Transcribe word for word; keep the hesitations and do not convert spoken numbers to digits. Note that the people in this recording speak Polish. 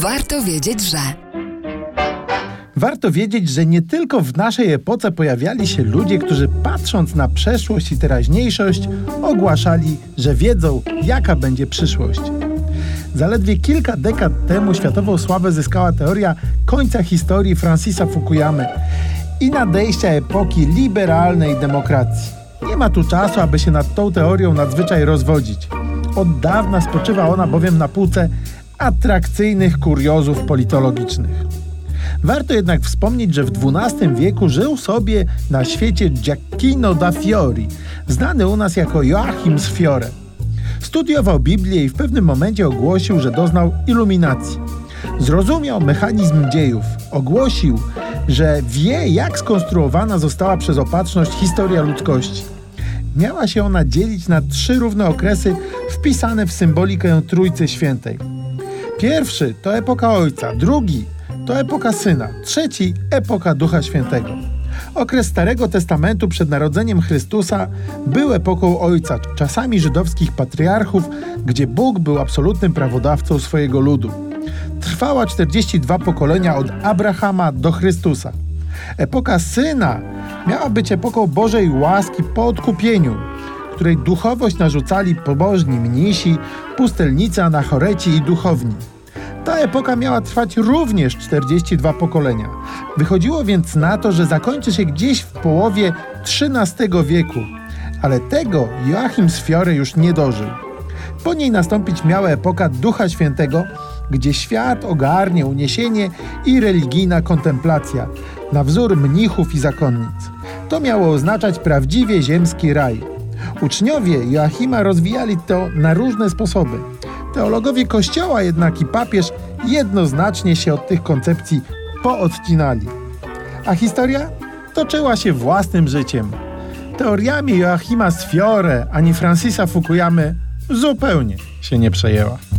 Warto wiedzieć, że... Warto wiedzieć, że nie tylko w naszej epoce pojawiali się ludzie, którzy patrząc na przeszłość i teraźniejszość ogłaszali, że wiedzą, jaka będzie przyszłość. Zaledwie kilka dekad temu światową sławę zyskała teoria końca historii Francisa Fukuyamy i nadejścia epoki liberalnej demokracji. Nie ma tu czasu, aby się nad tą teorią nadzwyczaj rozwodzić. Od dawna spoczywa ona bowiem na półce atrakcyjnych kuriozów politologicznych. Warto jednak wspomnieć, że w dwunastym wieku żył sobie na świecie Gioacchino da Fiori, znany u nas jako Joachim z Fiore. Studiował Biblię i w pewnym momencie ogłosił, że doznał iluminacji. Zrozumiał mechanizm dziejów. Ogłosił, że wie, jak skonstruowana została przez opatrzność historia ludzkości. Miała się ona dzielić na trzy równe okresy wpisane w symbolikę Trójcy Świętej. Pierwszy to epoka Ojca, drugi to epoka Syna, trzeci epoka Ducha Świętego. Okres Starego Testamentu przed narodzeniem Chrystusa był epoką Ojca, czasami żydowskich patriarchów, gdzie Bóg był absolutnym prawodawcą swojego ludu. Trwała czterdzieści dwa pokolenia od Abrahama do Chrystusa. Epoka Syna miała być epoką Bożej łaski po odkupieniu, której duchowość narzucali pobożni mnisi, pustelnicy, anachoreci i duchowni. Ta epoka miała trwać również czterdzieści dwa pokolenia. Wychodziło więc na to, że zakończy się gdzieś w połowie trzynastego wieku, ale tego Joachim z Fiore już nie dożył. Po niej nastąpić miała epoka Ducha Świętego, gdzie świat ogarnie uniesienie i religijna kontemplacja, na wzór mnichów i zakonnic. To miało oznaczać prawdziwie ziemski raj. Uczniowie Joachima rozwijali to na różne sposoby. Teologowie Kościoła jednak i papież jednoznacznie się od tych koncepcji poodcinali. A historia toczyła się własnym życiem. Teoriami Joachima z Fiore ani Francisa Fukuyamy zupełnie się nie przejęła.